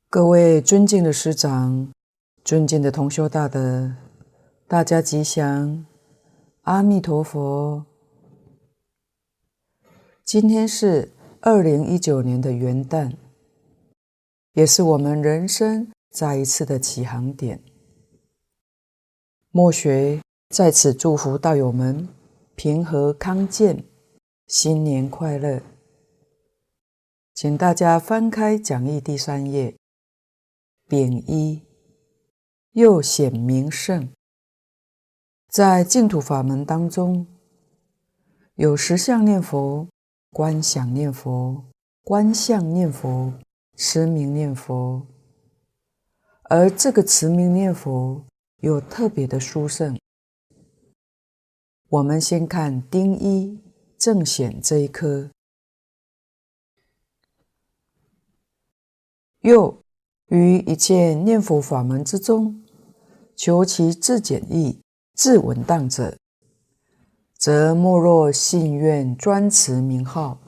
各位尊敬的师长，尊敬的同修大德，大家吉祥，阿弥陀佛。今天是2019年的元旦，也是我们人生再一次的起航点。末学在此祝福道友们平和康健，新年快乐。请大家翻开讲义第3页，丙一，又显名圣。在净土法门当中，有实相念佛、观想念佛、观相念佛、持名念佛。而这个持名念佛有特别的殊胜。我们先看丁一正显这一科，又于一切念佛法门之中，求其自简易、自稳当者，则莫若信愿专持名号。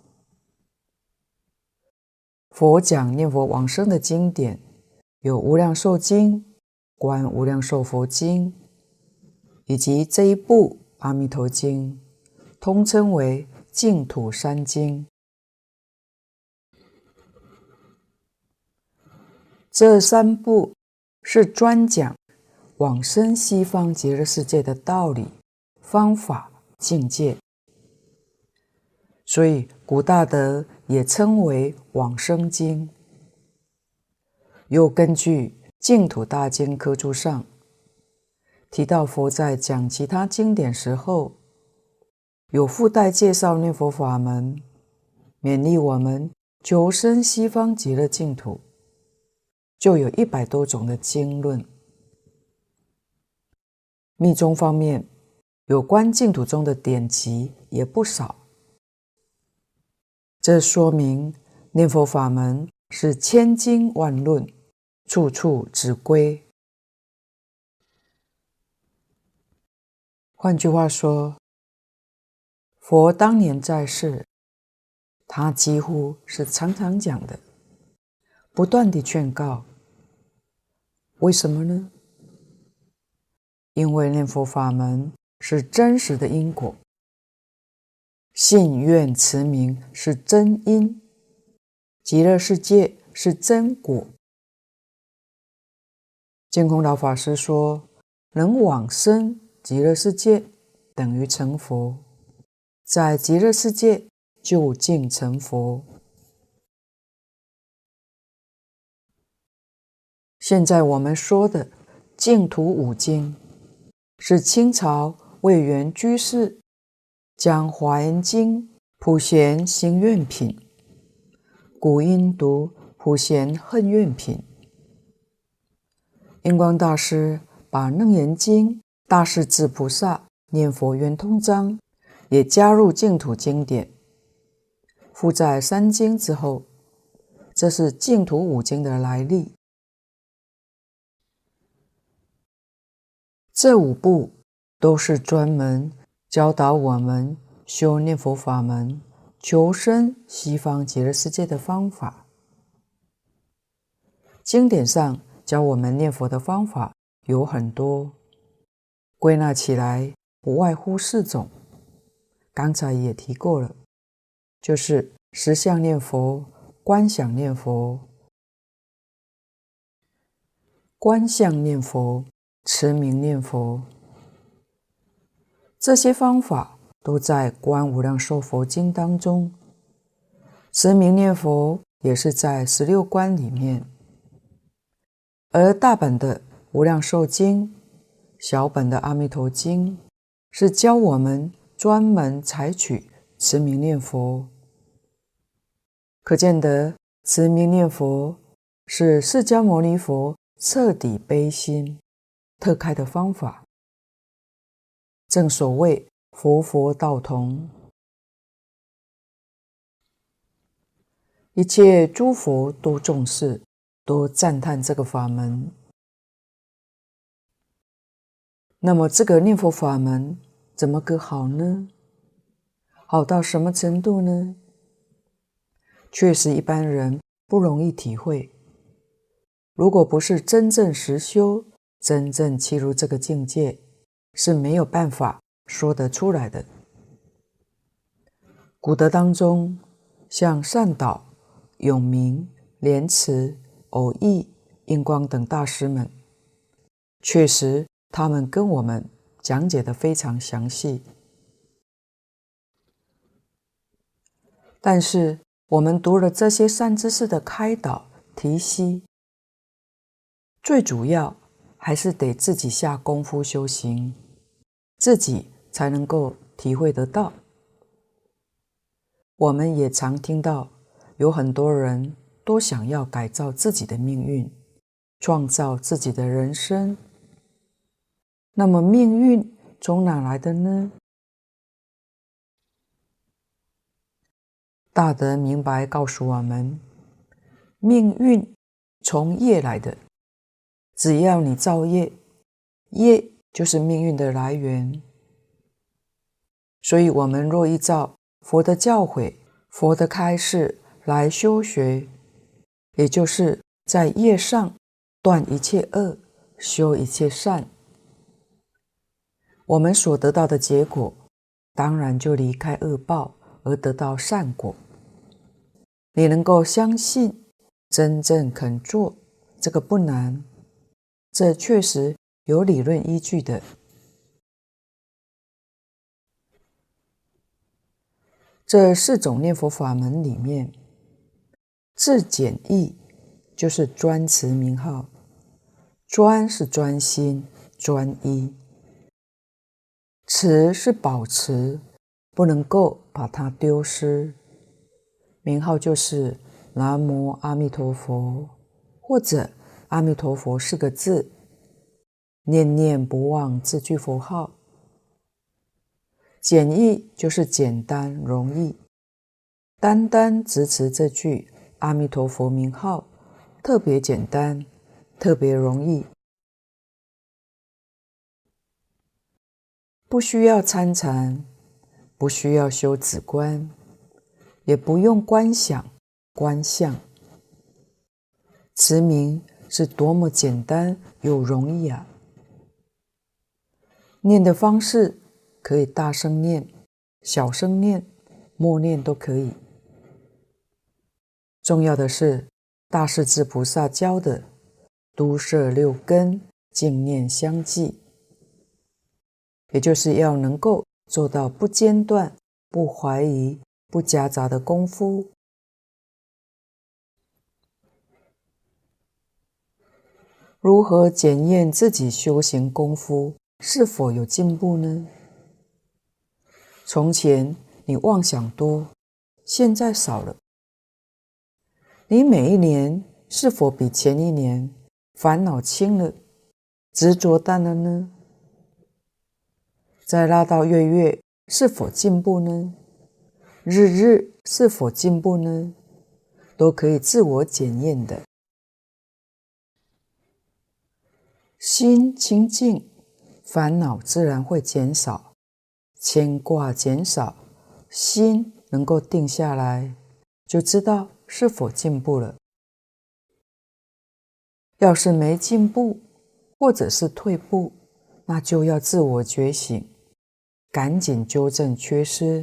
佛讲念佛往生的经典有《无量寿经》、《观无量寿佛经》，以及这一部《阿弥陀经》，通称为净土三经。这3部是专讲往生西方极乐世界的道理、方法、境界，所以古大德也称为往生经。又根据净土大经科注上提到，佛在讲其他经典时候，有附带介绍念佛法门，勉励我们求生西方极乐净土，就有100多种的经论。密宗方面，有关净土中的典籍也不少。这说明念佛法门是千经万论，处处指归。换句话说，佛当年在世，他几乎是常常讲的，不断地劝告。为什么呢？因为念佛法门是真实的因果，信愿持名是真因，极乐世界是真果。净空老法师说，能往生极乐世界等于成佛，在极乐世界就近成佛。现在我们说的净土5经，是清朝魏源居士将《华严经》普贤行愿品，古音读普贤恨愿品。印光大师把《楞严经》大势至菩萨念佛圆通章也加入净土经典，附在3经之后。这是净土5经的来历。这5部都是专门教导我们修念佛法门，求生西方极乐世界的方法。经典上教我们念佛的方法有很多，归纳起来不外乎4种，刚才也提过了，就是实相念佛、观想念佛、观相念佛、持名念佛。这些方法都在《观无量寿佛经》当中，持名念佛也是在16观里面。而大本的《无量寿经》、小本的《阿弥陀经》是教我们专门采取持名念佛。可见得持名念佛是释迦牟尼佛彻底悲心特开的方法。正所谓佛佛道同，一切诸佛都重视，都赞叹这个法门。那么这个念佛法门怎么个好呢？好到什么程度呢？确实一般人不容易体会。 如果不是真正实修，真正契入这个境界，是没有办法说得出来的。古德当中，像善导、永明、莲池、偶益、印光等大师们，确实他们跟我们讲解得非常详细。但是我们读了这些善知识的开导提息，最主要还是得自己下功夫修行，自己才能够体会得到。我们也常听到有很多人都想要改造自己的命运，创造自己的人生。那么命运从哪来的呢？大德明白告诉我们，命运从业来的，只要你造业，业就是命运的来源。所以我们若依照佛的教诲、佛的开示来修学，也就是在业上断一切恶，修一切善，我们所得到的结果，当然就离开恶报而得到善果。你能够相信，真正肯做，这个不难，这确实有理论依据的。这4种念佛法门里面，至简易就是专持名号，专是专心专一，持是保持，不能够把它丢失。名号就是南无阿弥陀佛，或者阿弥陀佛4个字，念念不忘这句佛号。简易就是简单容易，单单直持这句阿弥陀佛名号，特别简单，特别容易，不需要参禅，不需要修止观，也不用观想观相，持名是多么简单又容易啊！念的方式可以大声念、小声念、默念都可以。重要的是大势至菩萨教的都摄6根，净念相继，也就是要能够做到不间断、不怀疑、不夹杂的功夫。如何检验自己修行功夫是否有进步呢？从前你妄想多，现在少了。你每一年是否比前一年烦恼轻了，执着淡了呢？再拉到月月，是否进步呢？日日是否进步呢？都可以自我检验的。心清净，烦恼自然会减少，牵挂减少，心能够定下来，就知道是否进步了。要是没进步，或者是退步，那就要自我觉醒，赶紧纠正缺失。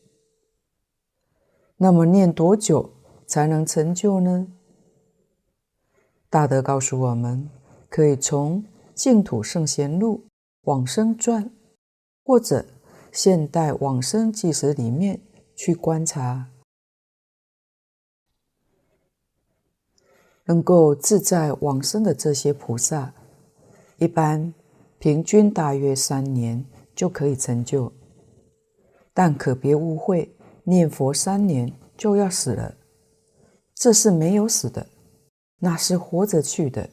那么念多久才能成就呢？大德告诉我们，可以从净土圣贤录、往生传或者现代往生纪实里面去观察，能够自在往生的这些菩萨，一般平均大约3年就可以成就，但可别误会，念佛3年就要死了，这是没有死的，那是活着去的，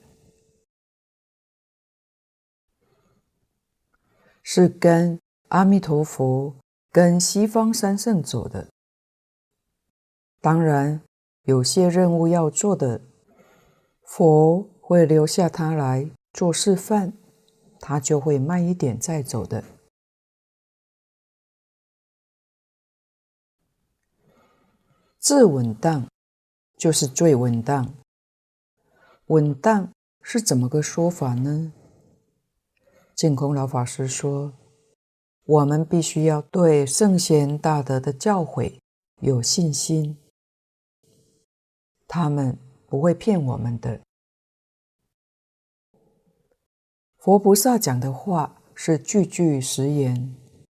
是跟阿弥陀佛、跟西方三圣走的。当然，有些任务要做的，佛会留下他来做示范，他就会慢一点再走的。自稳当就是最稳当， 稳当是怎么个说法呢？净空老法师说，我们必须要对圣贤大德的教诲有信心，他们不会骗我们的。佛菩萨讲的话是句句实言，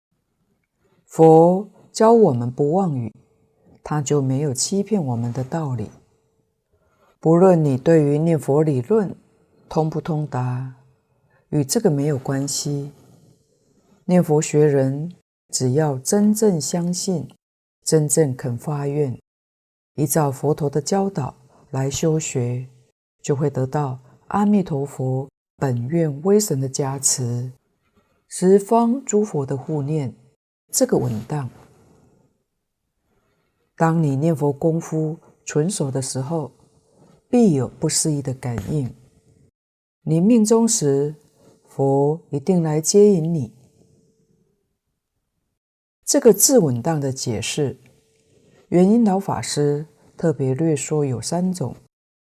佛教我们不妄语，他就没有欺骗我们的道理。不论你对于念佛理论通不通达，与这个没有关系。念佛学人只要真正相信，真正肯发愿，依照佛陀的教导来修学，就会得到阿弥陀佛本愿威神的加持，十方诸佛的护念，这个稳当。当你念佛功夫纯熟的时候，必有不思议的感应。你命终时，佛一定来接引你。这个自稳当的解释，元音老法师特别略说有3种。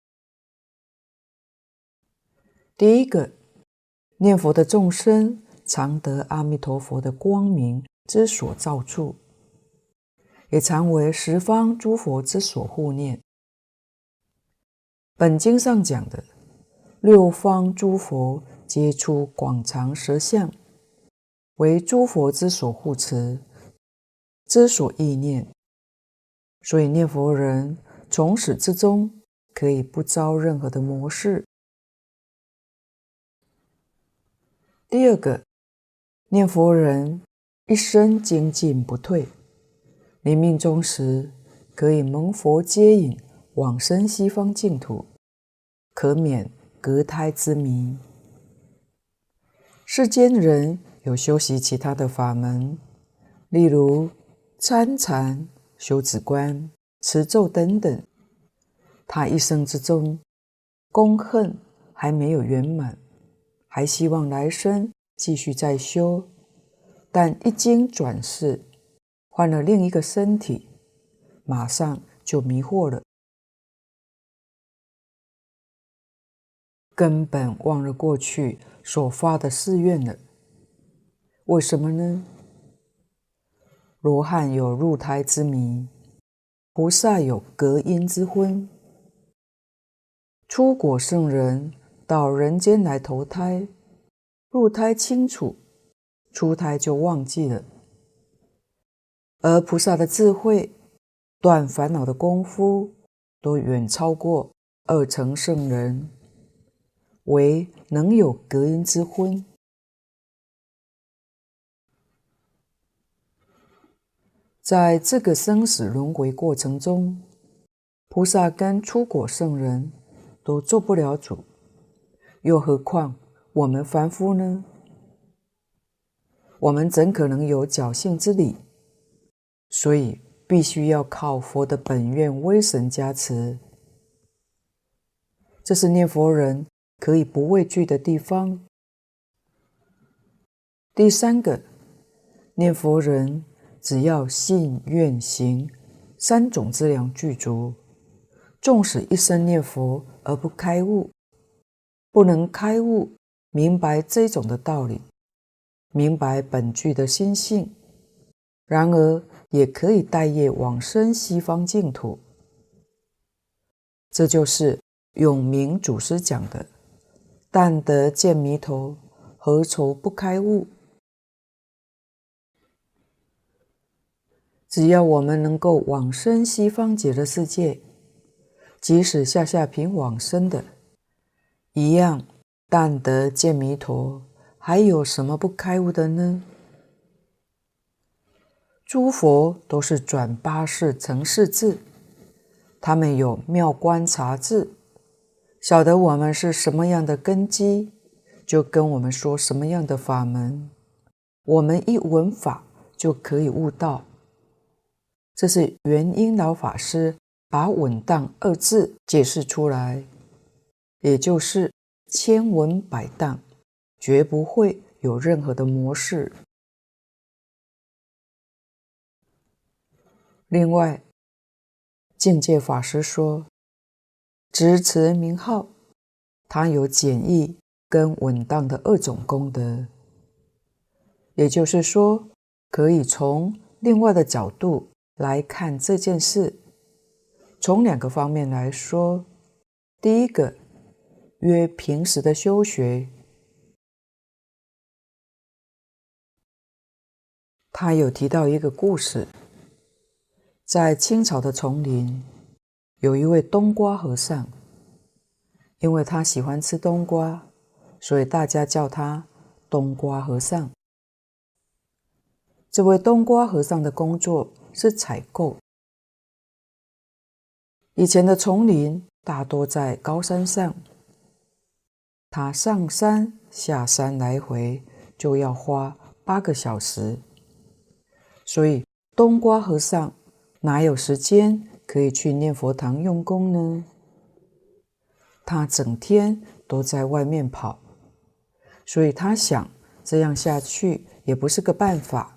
第一个，念佛的众生常得阿弥陀佛的光明之所照处，也常为十方诸佛之所护念。本经上讲的六方诸佛皆出广长舌相，为诸佛之所护持，之所意念。所以念佛人从始至终可以不遭任何的魔事。第二个，念佛人一生精进不退，临命终时可以蒙佛接引往生西方净土，可免隔胎之迷。世间人有修习其他的法门，例如参禅、修止观、持咒等等，他一生之中功恨还没有圆满，还希望来生继续再修，但一经转世，换了另一个身体，马上就迷惑了，根本忘了过去所发的誓愿了。为什么呢？罗汉有入胎之迷，菩萨有隔阴之昏，出果圣人到人间来投胎，入胎清楚，出胎就忘记了。而菩萨的智慧、断烦恼的功夫，都远超过二乘圣人，唯能有隔阴之昏。在这个生死轮回过程中，菩萨跟出果圣人都做不了主，又何况我们凡夫呢？我们怎可能有侥幸之理？所以必须要靠佛的本愿威神加持，这是念佛人可以不畏惧的地方。第三个，念佛人只要信愿行3种资粮具足，纵使一生念佛而不开悟，不能开悟明白这种的道理，明白本具的心性，然而也可以带业往生西方净土。这就是永明祖师讲的但得见弥陀，何愁不开悟。只要我们能够往生西方极乐世界，即使下品往生的，一样但得见弥陀，还有什么不开悟的呢？诸佛都是转8世成世智，他们有妙观察智，晓得我们是什么样的根基，就跟我们说什么样的法门，我们一闻法就可以悟道。这是元音老法师把稳当2字解释出来，也就是千稳百当，绝不会有任何的魔事。另外，境界法师说，执持名号它有简易跟稳当的2种功德。也就是说，可以从另外的角度来看这件事。从2个方面来说，第一个，约平时的修学，他有提到一个故事，在清朝的丛林，有一位冬瓜和尚，因为他喜欢吃冬瓜，所以大家叫他冬瓜和尚。这位冬瓜和尚的工作是采购。以前的丛林大多在高山上，他上山下山来回就要花8个小时，所以冬瓜和尚哪有时间可以去念佛堂用功呢？他整天都在外面跑，所以他想，这样下去也不是个办法。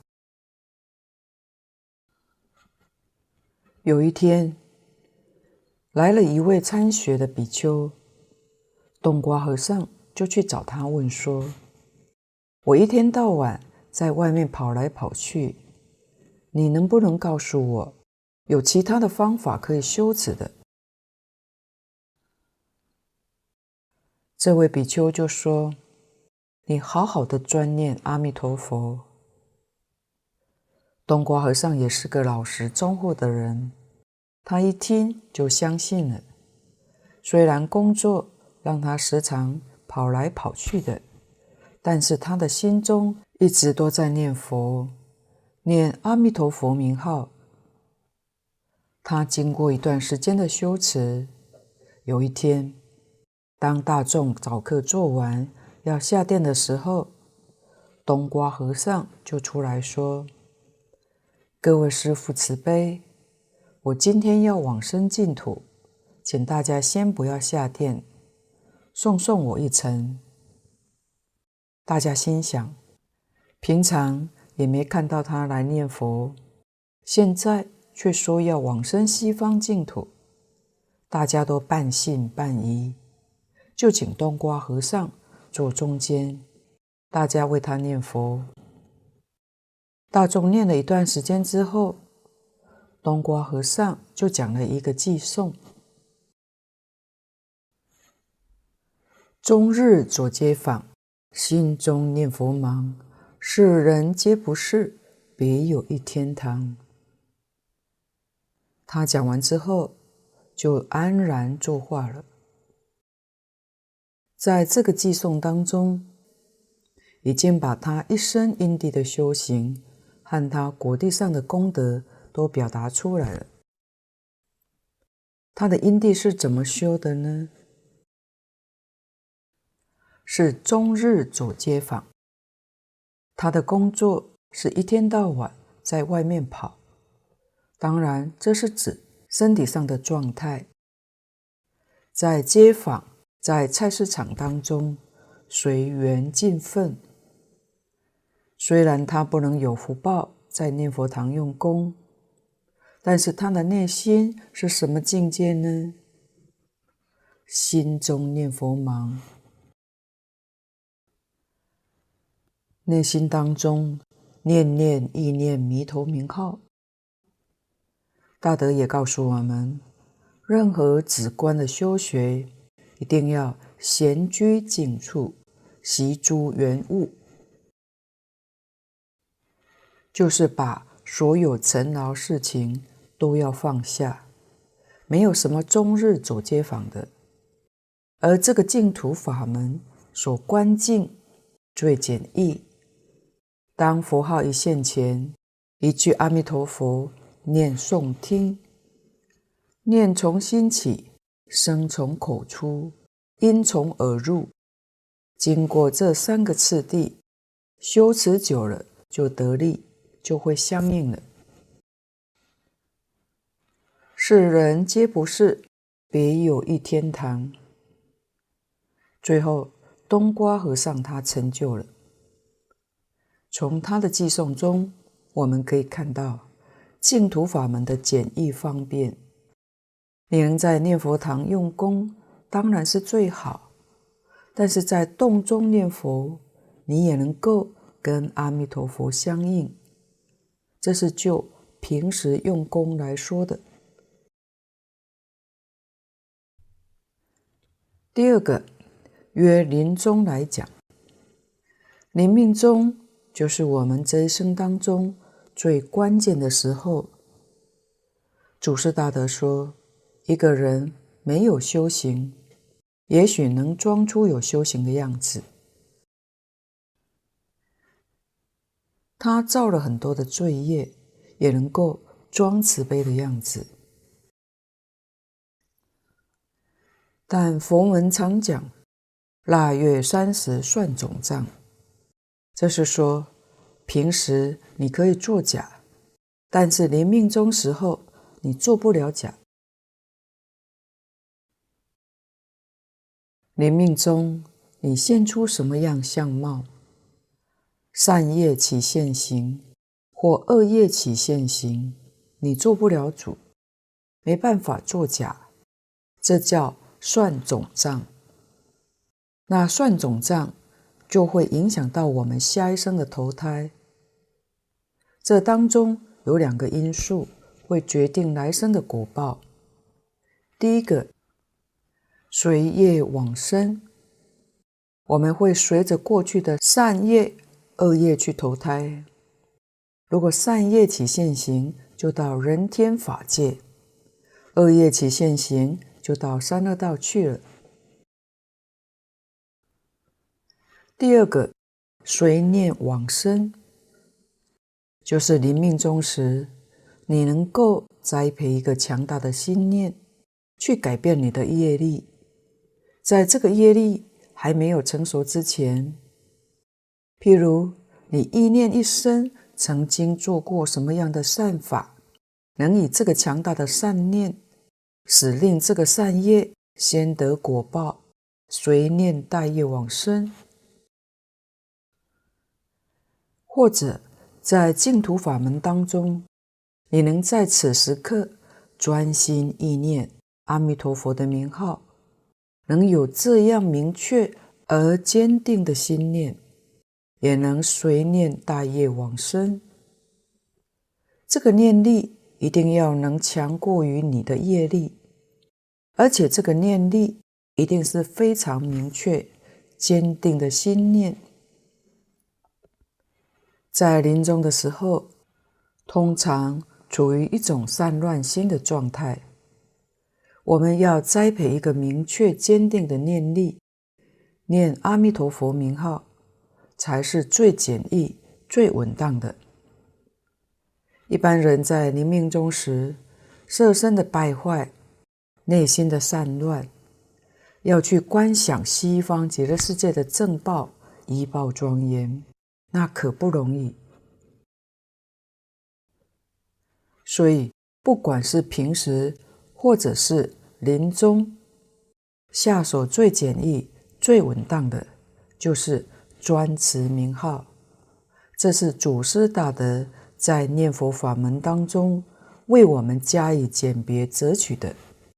有一天，来了一位参学的比丘，冬瓜和尚就去找他问说：我一天到晚在外面跑来跑去，你能不能告诉我，有其他的方法可以修持的？这位比丘就说：你好好的专念阿弥陀佛。冬瓜和尚也是个老实忠厚的人，他一听就相信了。虽然工作让他时常跑来跑去的，但是他的心中一直都在念佛，念阿弥陀佛名号。他经过一段时间的修持，有一天，当大众早课做完要下殿的时候，冬瓜和尚就出来说：各位师父慈悲，我今天要往生净土，请大家先不要下殿，送我一程。大家心想，平常也没看到他来念佛，现在却说要往生西方净土，大家都半信半疑，就请冬瓜和尚坐中间，大家为他念佛。大众念了一段时间之后，冬瓜和尚就讲了一个偈颂：终日左街坊，心中念佛忙，世人皆不是，别有一天堂。他讲完之后，就安然作画了。在这个偈颂当中，已经把他一生因地的修行和他果地上的功德都表达出来了。他的因地是怎么修的呢？是终日走街访。他的工作是一天到晚在外面跑，当然这是指身体上的状态。在街访，在菜市场当中随缘尽分。虽然他不能有福报在念佛堂用功，但是他的内心是什么境界呢？心中念佛忙，内心当中念念意念弥陀名号。大德也告诉我们，任何止观的修学，一定要闲居静处，习诸缘物，就是把所有尘劳事情都要放下，没有什么终日走街访的。而这个净土法门所观境最简易，当佛号一现前，一句阿弥陀佛念诵听，念从心起，声从口出，音从耳入，经过这3个次第，修持久了就得力，就会相应了。世人皆不是，别有一天堂。最后冬瓜和尚他成就了。从他的偈颂中，我们可以看到净土法门的简易方便。你能在念佛堂用功，当然是最好， 但是在动中念佛，你也能够跟阿弥陀佛相应。这是就平时用功来说的。第二个，约临终来讲，临命终就是我们这一生当中最关键的时候。祖师大德说，一个人没有修行，也许能装出有修行的样子。他造了很多的罪业，也能够装慈悲的样子。但佛门常讲腊月30算总账，这是说平时你可以作假，但是临命终时候你做不了假。临命终你现出什么样相貌，善业起现行，或恶业起现行，你做不了主，没办法作假，这叫算总账。那算总账就会影响到我们下一生的投胎。这当中有2个因素会决定来生的果报。第一个，随业往生，我们会随着过去的善业、恶业去投胎。如果善业起现行，就到人天法界；恶业起现行，就到三恶道去了。第二个，随念往生，就是临命终时，你能够栽培一个强大的心念，去改变你的业力。在这个业力还没有成熟之前，譬如你意念一生曾经做过什么样的善法，能以这个强大的善念，使令这个善业先得果报，随念带业往生。或者在净土法门当中，你能在此时刻专心意念阿弥陀佛的名号，能有这样明确而坚定的心念，也能随念大业往生。这个念力一定要能强过于你的业力，而且这个念力一定是非常明确坚定的心念。在临终的时候，通常处于一种散乱心的状态，我们要栽培一个明确坚定的念力，念阿弥陀佛名号才是最简易最稳当的。一般人在临命终时，色身的败坏，内心的散乱，要去观想西方极乐世界的正报依报庄严，那可不容易。所以不管是平时或者是临终，下手最简易最稳当的就是专持名号。这是祖师大德在念佛法门当中为我们加以鉴别择取的。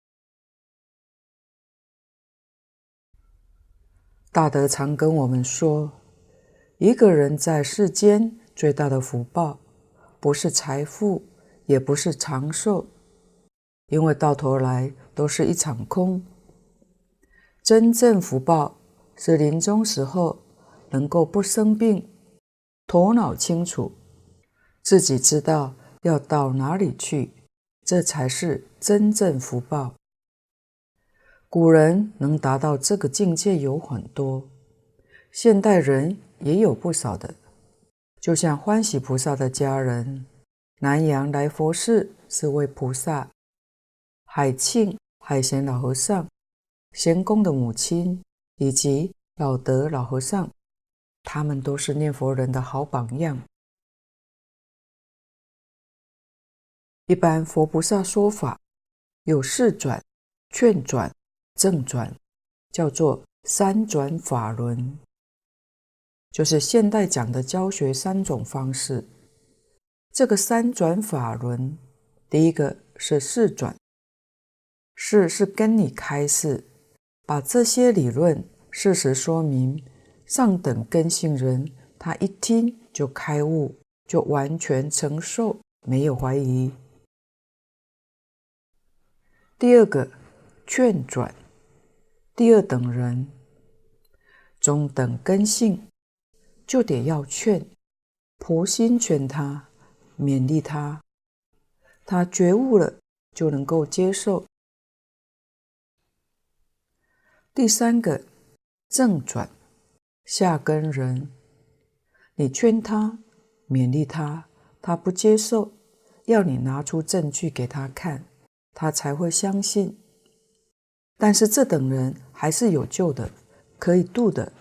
大德常跟我们说，一个人在世间最大的福报，不是财富，也不是长寿，因为到头来都是一场空。真正福报是临终时候能够不生病，头脑清楚，自己知道要到哪里去，这才是真正福报。古人能达到这个境界有很多，现代人也有不少的。就像欢喜菩萨的家人，南阳来佛寺是位菩萨，海庆、海贤老和尚、贤公的母亲以及老德老和尚，他们都是念佛人的好榜样。一般佛菩萨说法有示转、劝转、正转，叫做三转法轮，就是现代讲的教学3种方式。这个三转法轮，第一个是示转，示是跟你开示，把这些理论事实说明，上等根性人，他一听就开悟，就完全承受，没有怀疑。第二个，劝转，第二等人，中等根性，就得要劝，婆心劝他，勉励他，他觉悟了，就能够接受。第三个，正转，下根人，你劝他，勉励他，他不接受，要你拿出证据给他看，他才会相信。但是这等人还是有救的，可以度的。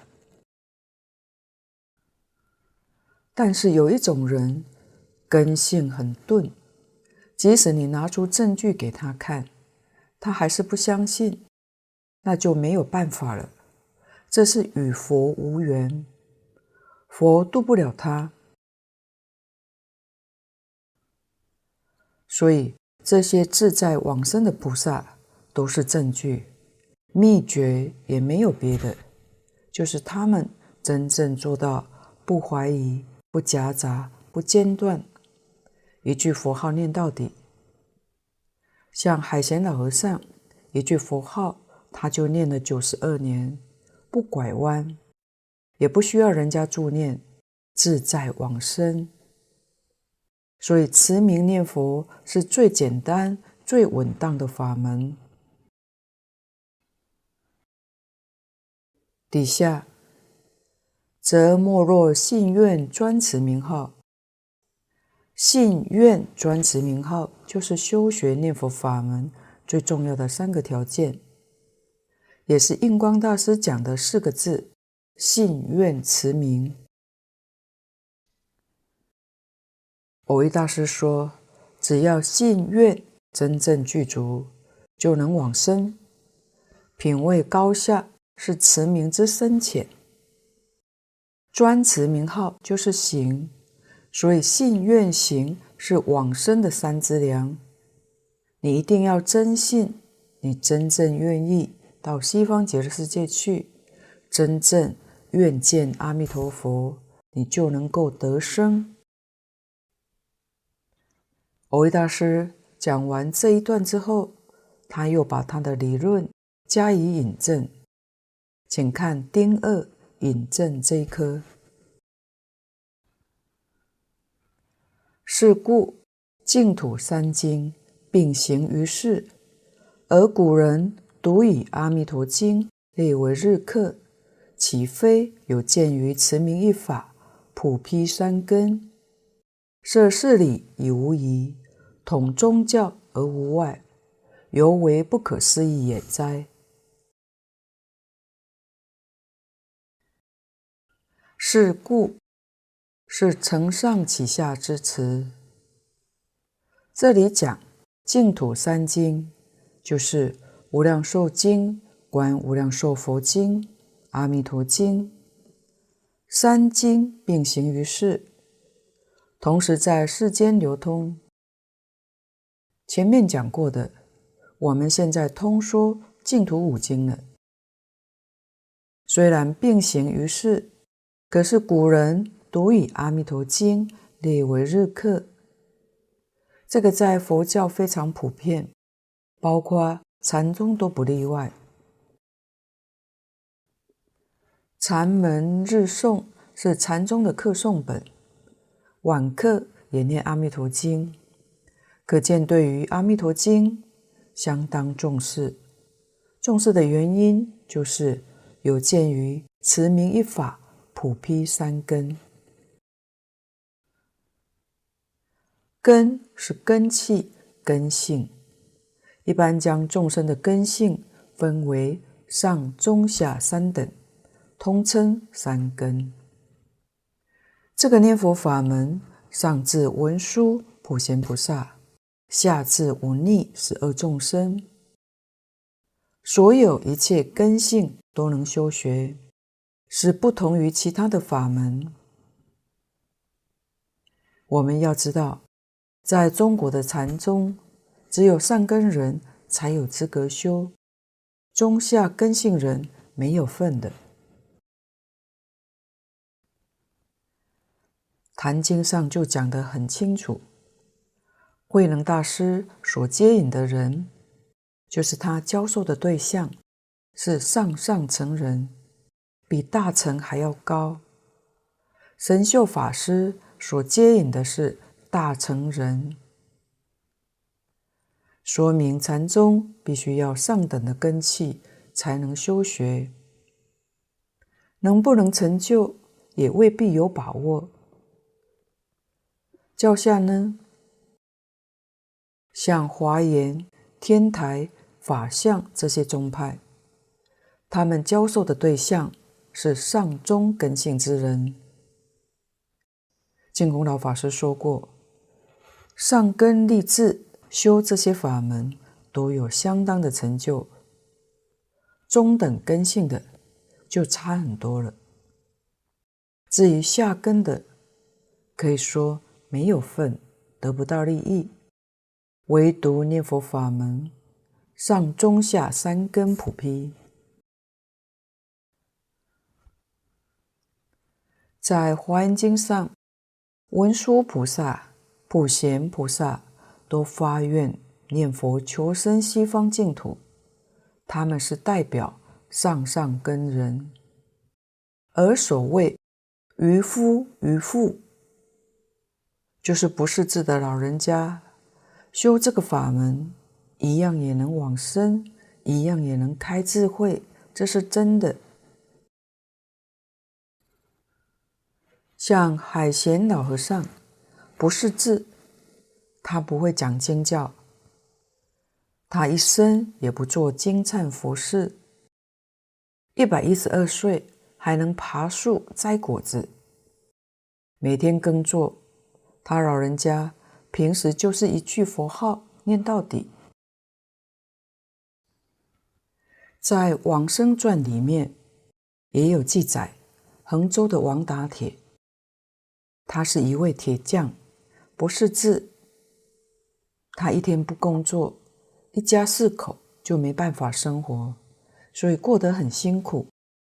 但是有一种人，根性很钝，即使你拿出证据给他看，他还是不相信，那就没有办法了。这是与佛无缘，佛度不了他。所以这些自在往生的菩萨都是证据，秘诀也没有别的，就是他们真正做到不怀疑、不夹杂、不间断，一句佛号念到底。像海贤老和尚，一句佛号他就念了92年，不拐弯，也不需要人家助念，自在往生。所以持名念佛是最简单、最稳当的法门。底下，则莫若信愿专持名号。信愿专持名号，就是修学念佛法门最重要的3个条件，也是印光大师讲的4个字：信愿持名。蕅益大师说，只要信愿真正具足，就能往生。品位高下是持名之深浅。专持名号就是行，所以信愿行是往生的3资粮。你一定要真信，你真正愿意到西方极乐世界去，真正愿见阿弥陀佛，你就能够得生。蕅益大师讲完这一段之后，他又把他的理论加以引证，请看丁2引证这一科。是故净土3经并行于世，而古人独以阿弥陀经列为日课，岂非有鉴于持名一法，普披3根，设事理以无疑，统宗教而无外，犹为不可思议也哉！是故是承上启下之词。这里讲净土3经，就是无量寿经、观无量寿佛经、阿弥陀经，3经并行于世，同时在世间流通。前面讲过的，我们现在通说净土5经了。虽然并行于世，可是古人独以阿弥陀经列为日课，这个在佛教非常普遍，包括禅宗都不例外。禅门日诵是禅宗的课诵本，晚课也念阿弥陀经，可见对于阿弥陀经相当重视。重视的原因就是有鉴于持名一法，普披3根。根是根器、根性，一般将众生的根性分为上、中、下3等，通称3根。这个念佛法门，上至文殊普贤菩萨，下至忤逆12众生，所有一切根性都能修学，是不同于其他的法门。我们要知道，在中国的禅宗，只有上根人才有资格修，中下根性人没有份的。坛经上就讲得很清楚，慧能大师所接引的人，就是他教授的对象，是上上乘人，比大乘还要高。神秀法师所接引的是大乘人，说明禅宗必须要上等的根器才能修学，能不能成就也未必有把握。教下呢，像华严、天台、法相这些宗派，他们教授的对象是上中根性之人。净空老法师说过，上根立志修这些法门都有相当的成就，中等根性的就差很多了。至于下根的，可以说没有份，得不到利益。唯独念佛法门，上中下三根普披。在华严经上，文殊菩萨、普贤菩萨都发愿念佛求生西方净土，他们是代表上上根人。而所谓渔夫渔妇，就是不识字的老人家，修这个法门，一样也能往生，一样也能开智慧，这是真的。像海贤老和尚，不识字，他不会讲经教，他一生也不做经忏佛事，112岁还能爬树摘果子，每天耕作。他老人家平时就是一句佛号念到底。在《往生传》里面也有记载，衡州的王打铁，他是一位铁匠，不识字，他一天不工作，一家4口就没办法生活，所以过得很辛苦。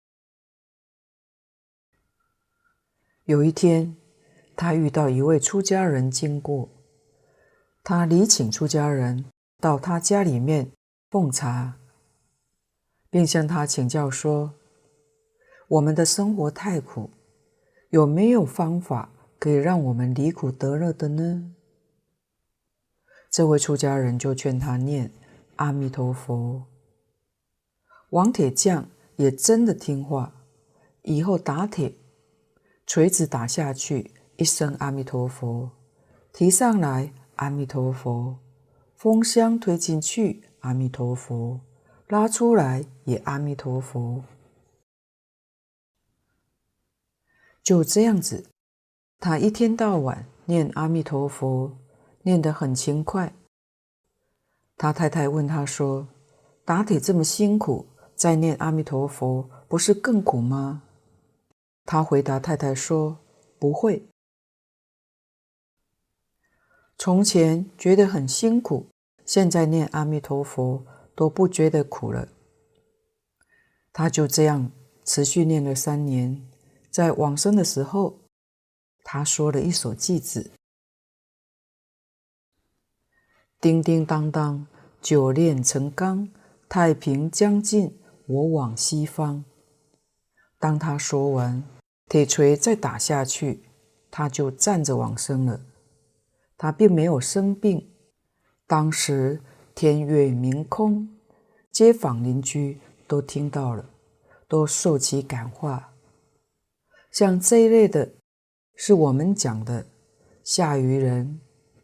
有一天，他遇到一位出家人经过，他礼请出家人到他家里面奉茶，并向他请教说，我们的生活太苦，有没有方法可以让我们离苦得乐的呢？这位出家人就劝他念阿弥陀佛。王铁匠也真的听话，以后打铁，锤子打下去，一声阿弥陀佛，提上来阿弥陀佛，风箱推进去阿弥陀佛，拉出来也阿弥陀佛。就这样子，他一天到晚念阿弥陀佛，念得很勤快。他太太问他说，打铁这么辛苦，再念阿弥陀佛不是更苦吗？他回答太太说，不会。从前觉得很辛苦，现在念阿弥陀佛都不觉得苦了。他就这样持续念了3年，在往生的时候，他说了一首偈子，叮叮当当，久炼成钢，太平将尽，我往西方。当他说完，铁锤再打下去，他就站着往生了。他并没有生病。当时天月明空，街坊邻居都听到了，都受其感化。像这一类的，是我们讲的下愚人，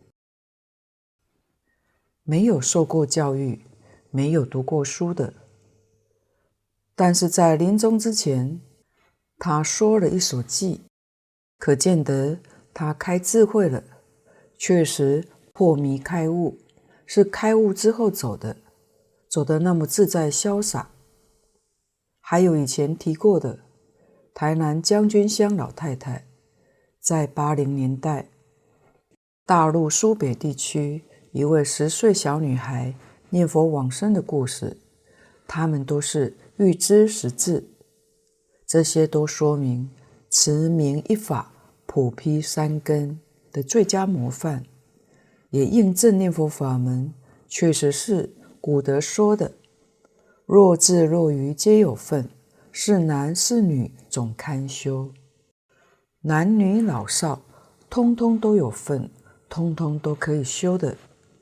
没有受过教育，没有读过书的，但是在临终之前，他说了一首偈，可见得他开智慧了，确实破迷开悟，是开悟之后走的，走得那么自在潇洒。还有以前提过的台南将军乡老太太，在80年代，大陆苏北地区一位10岁小女孩念佛往生的故事，他们都是欲知实质，这些都说明持名一法普披三根的最佳模范，也印证念佛法门确实是古德说的若智若愚皆有份，是男是女总堪修，男女老少通通都有份，通通都可以修的。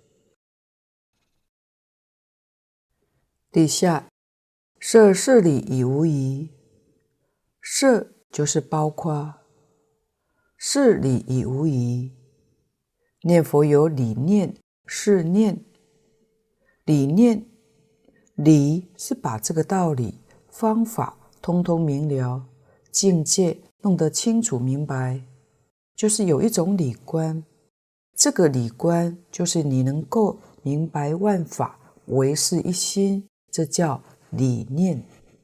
底下摄事理已无疑，摄就是包括，事理已无疑。念佛有理念、事念。理念，理是把这个道理、方法通通明了，境界弄得清楚明白，就是有一种理观。这个理观就是你能够明白万法唯是一心，这叫理念。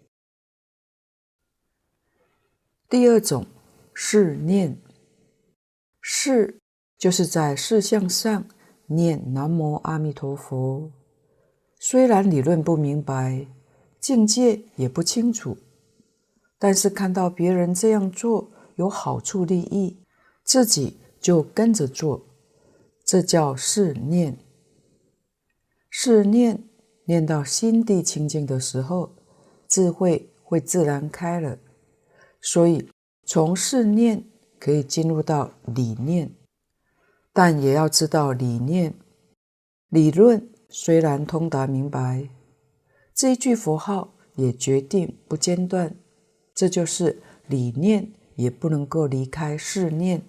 第二种事念，事就是在事项上念南无阿弥陀佛，虽然理论不明白，境界也不清楚，但是看到别人这样做有好处利益，自己就跟着做，这叫事念。事念念到心地清净的时候，智慧会自然开了，所以从事念可以进入到理念，但也要知道理念。理论虽然通达明白，这一句佛号也决定不间断，这就是理念也不能够离开事念。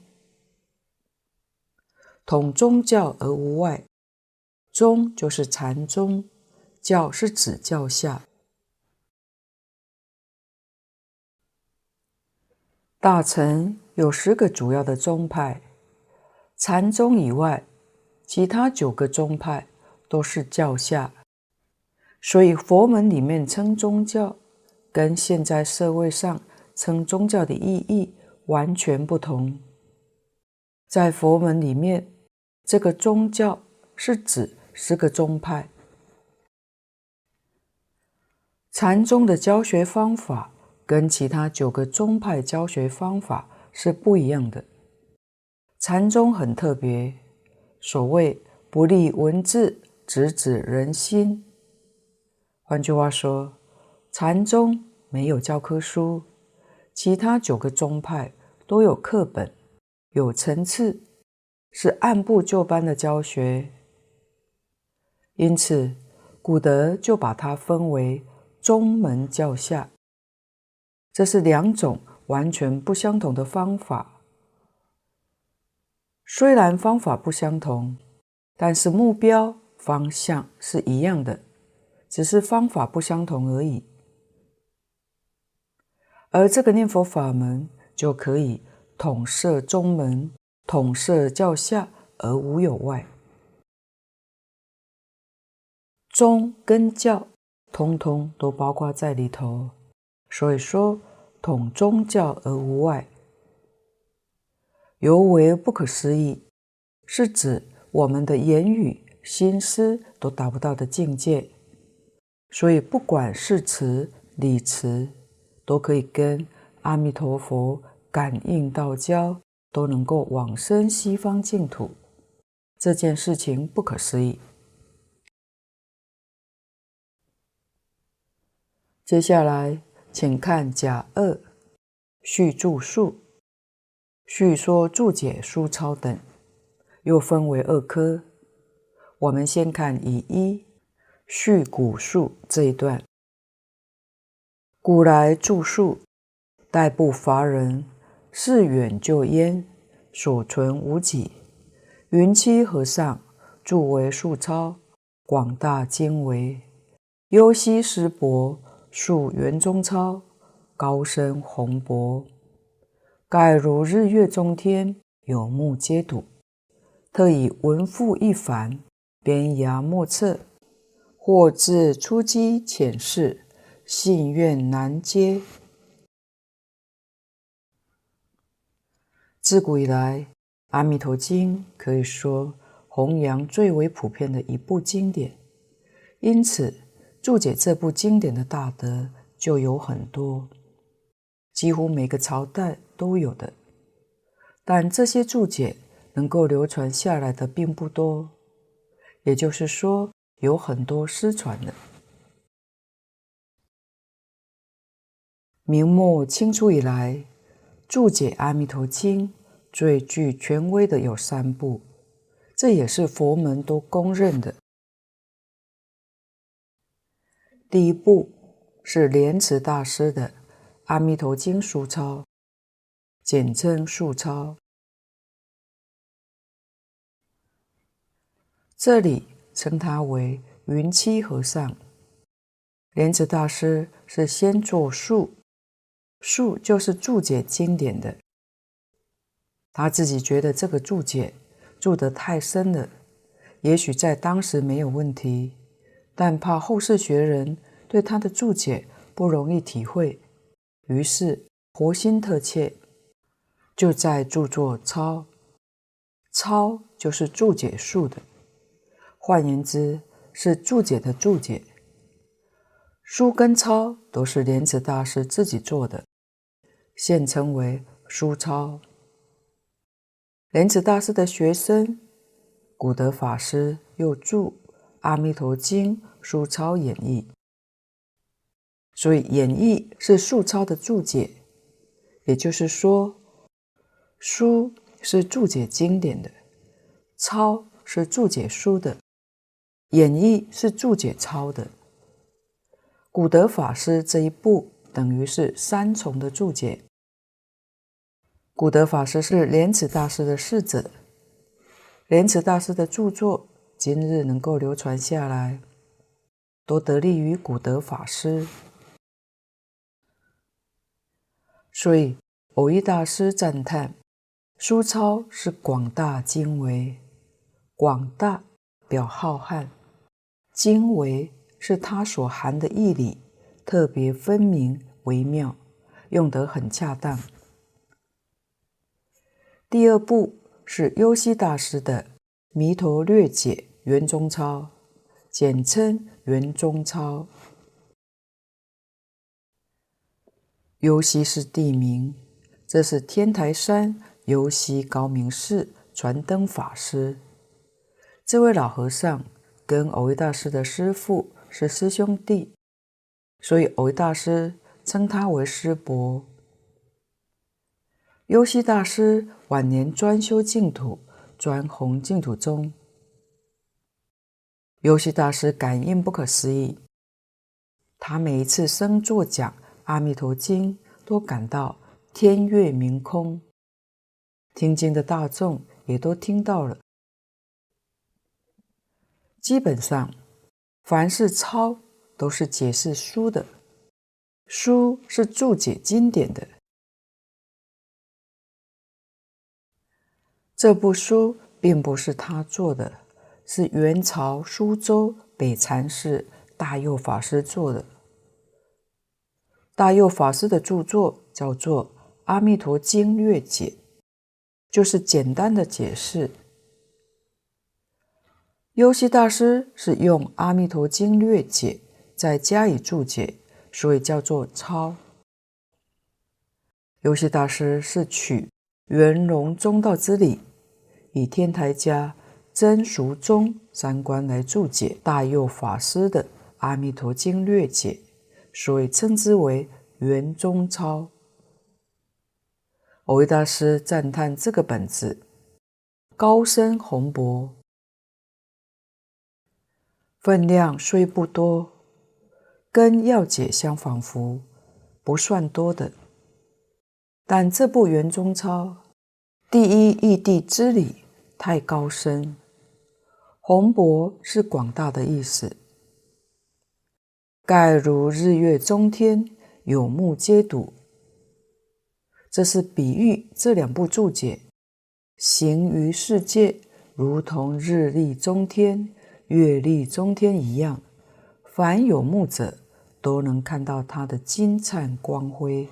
统宗教而无外，宗就是禅宗，教是指教下。大乘有10个主要的宗派，禅宗以外，其他9个宗派都是教下，所以佛门里面称宗教，跟现在社会上称宗教的意义完全不同。在佛门里面，这个宗教是指10个宗派。禅宗的教学方法跟其他9个宗派教学方法是不一样的。禅宗很特别，所谓不立文字，直指人心。换句话说，禅宗没有教科书，其他9个宗派都有课本，有层次，是按部就班的教学。因此古德就把它分为宗门教下，这是2种完全不相同的方法。虽然方法不相同，但是目标方向是一样的，只是方法不相同而已。而这个念佛法门就可以统摄宗门，统摄教下，而无有外。宗跟教通通都包括在里头，所以说统宗教而无外。尤为不可思议，是指我们的言语、心思都达不到的境界。所以不管是词、理词，都可以跟阿弥陀佛感应道交，都能够往生西方净土。这件事情不可思议。接下来请看甲2序注述，叙说注解书抄等，又分为2科。我们先看乙1序古述这一段。古来著述，代部乏人，是远就焉，所存无几。云栖和尚著为述抄，广大经纬，优溪师伯述圆中抄，高深宏博。盖如日月中天，有目皆睹。特以文赋一繁，边涯莫测，或自初机浅释，信愿难接。自古以来，阿弥陀经可以说弘扬最为普遍的一部经典，因此注解这部经典的大德就有很多，几乎每个朝代都有的，但这些注解能够流传下来的并不多，也就是说，有很多失传了。明末清初以来，注解《阿弥陀经》最具权威的有3部，这也是佛门都公认的。第一部是莲池大师的《阿弥陀经疏钞》，简称疏钞。这里称他为云栖和尚。莲池大师是先做疏，疏就是注解经典的。他自己觉得这个注解注得太深了，也许在当时没有问题，但怕后世学人对他的注解不容易体会，于是活心特切，就在著作钞。钞就是注解疏的，换言之是注解的注解。疏跟钞都是莲池大师自己做的，现称为疏钞。莲池大师的学生古德法师又著《阿弥陀经疏钞演义》，所以演义是疏钞的注解，也就是说，疏是注解经典的，钞是注解书的，演义是注解钞的。古德法师这一部等于是3重的注解。古德法师是莲池大师的侍者，莲池大师的著作今日能够流传下来，都得力于古德法师。所以藕益大师赞叹疏钞是广大经微，广大表浩瀚，经微是它所含的义理特别分明微妙，用得很恰当。第二部是优溪大师的《弥陀略解圆中钞》，简称圆中钞。优溪是地名，这是天台山优溪高明寺传灯法师。这位老和尚跟藕益大师的师父是师兄弟，所以藕益大师称他为师伯。优溪大师晚年专修净土，专弘净土宗。优溪大师感应不可思议，他每一次升座讲《阿弥陀经》，都感到天月明空，听经的大众也都听到了。基本上，凡是钞都是解释书的，书是注解经典的。这部书并不是他做的，是元朝苏州北禅寺大佑法师做的。大佑法师的著作叫做《阿弥陀经略解》，就是简单的解释。优溪大师是用《阿弥陀经略解》再加以注解，所以叫做钞。优溪大师是取圆融中道之理，以天台家真俗宗3观来注解大佑法师的《阿弥陀经略解》，所以称之为圆中钞。藕益大师赞叹这个本子高深宏博，分量虽不多，跟要解相仿佛，不算多的。但这部圆中钞第一义谛之理太高深，宏博是广大的意思。盖如日月中天，有目皆睹。这是比喻这2部注解行于世界，如同日丽中天、月丽中天一样，凡有目者都能看到它的金灿光辉。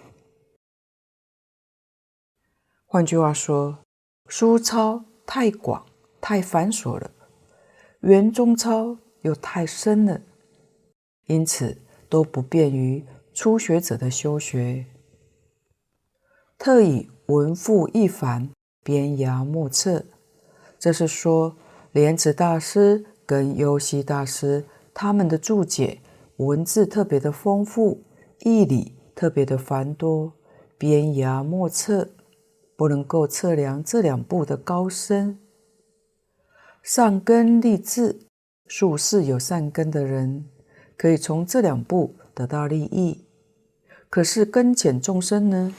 换句话说，疏钞太广太繁琐了，圆中钞又太深了，因此都不便于初学者的修学。特以文赋一繁，边涯莫测。这是说莲池大师跟优溪大师他们的注解文字特别的丰富，义理特别的繁多，边涯莫测，不能够测量这两部的高深。善根立志，术士有善根的人，可以从这两部得到利益。可是根浅众生呢？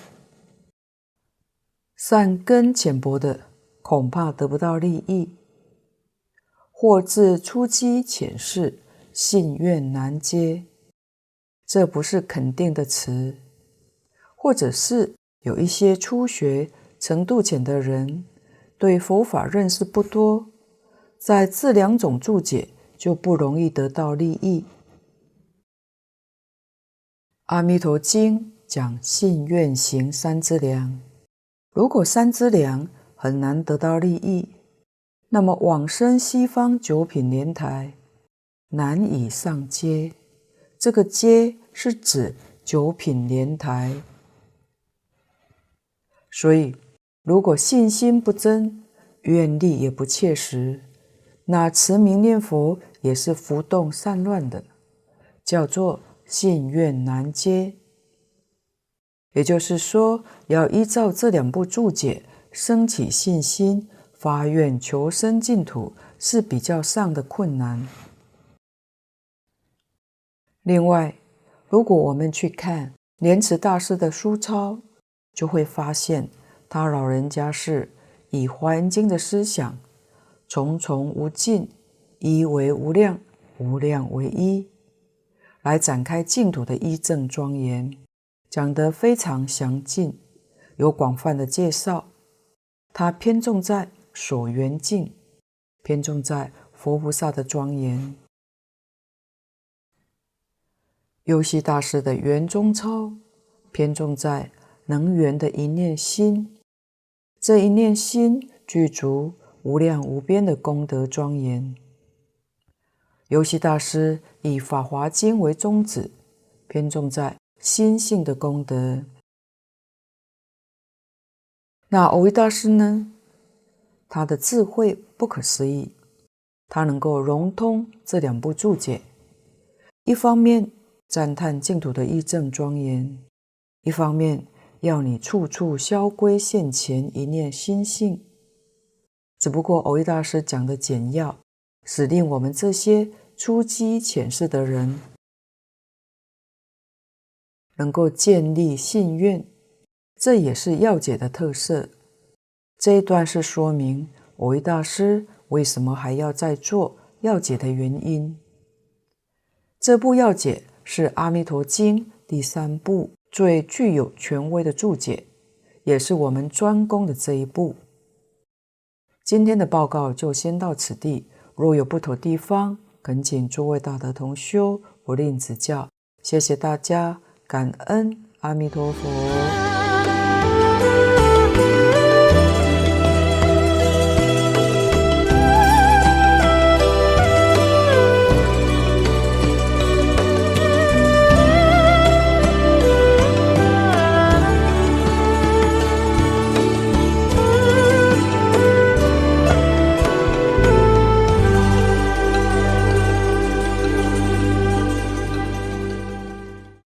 善根浅薄的，恐怕得不到利益。或自初机浅识，信愿难接，这不是肯定的词。或者是有一些初学程度浅的人，对佛法认识不多，在这两种注解就不容易得到利益。阿弥陀经讲信愿行三资粮，如果三资粮很难得到利益，那么往生西方九品莲台难以上阶。这个阶是指九品莲台。所以如果信心不真，愿力也不切实，那持名念佛也是浮动散乱的，叫做信愿难接。也就是说，要依照这两部注解升起信心，发愿求生净土是比较上的困难。另外，如果我们去看莲池大师的书抄，就会发现他老人家是以《华严经》的思想，重重无尽，一为无量，无量为一，来展开净土的依正庄严，讲得非常详尽，有广泛的介绍。他偏重在所缘境，偏重在佛菩萨的庄严。优溪大师的圆中钞偏重在能圆的一念心，这一念心具足无量无边的功德庄严。优溪大师以《法华经》为宗旨，偏重在心性的功德。那蕅益大师呢？他的智慧不可思议，他能够融通这两部注解，一方面赞叹净土的义正庄严，一方面要你处处消归现前一念心性。只不过蕅益大师讲的简要，使令我们这些初机浅识的人能够建立信愿，这也是要解的特色。这一段是说明蕅益大师为什么还要再做要解的原因。这部要解是《阿弥陀经》第3部最具有权威的注解，也是我们专攻的这一部。今天的报告就先到此地，若有不妥地方，恳请诸位大德同修不吝指教。谢谢大家，感恩阿弥陀佛。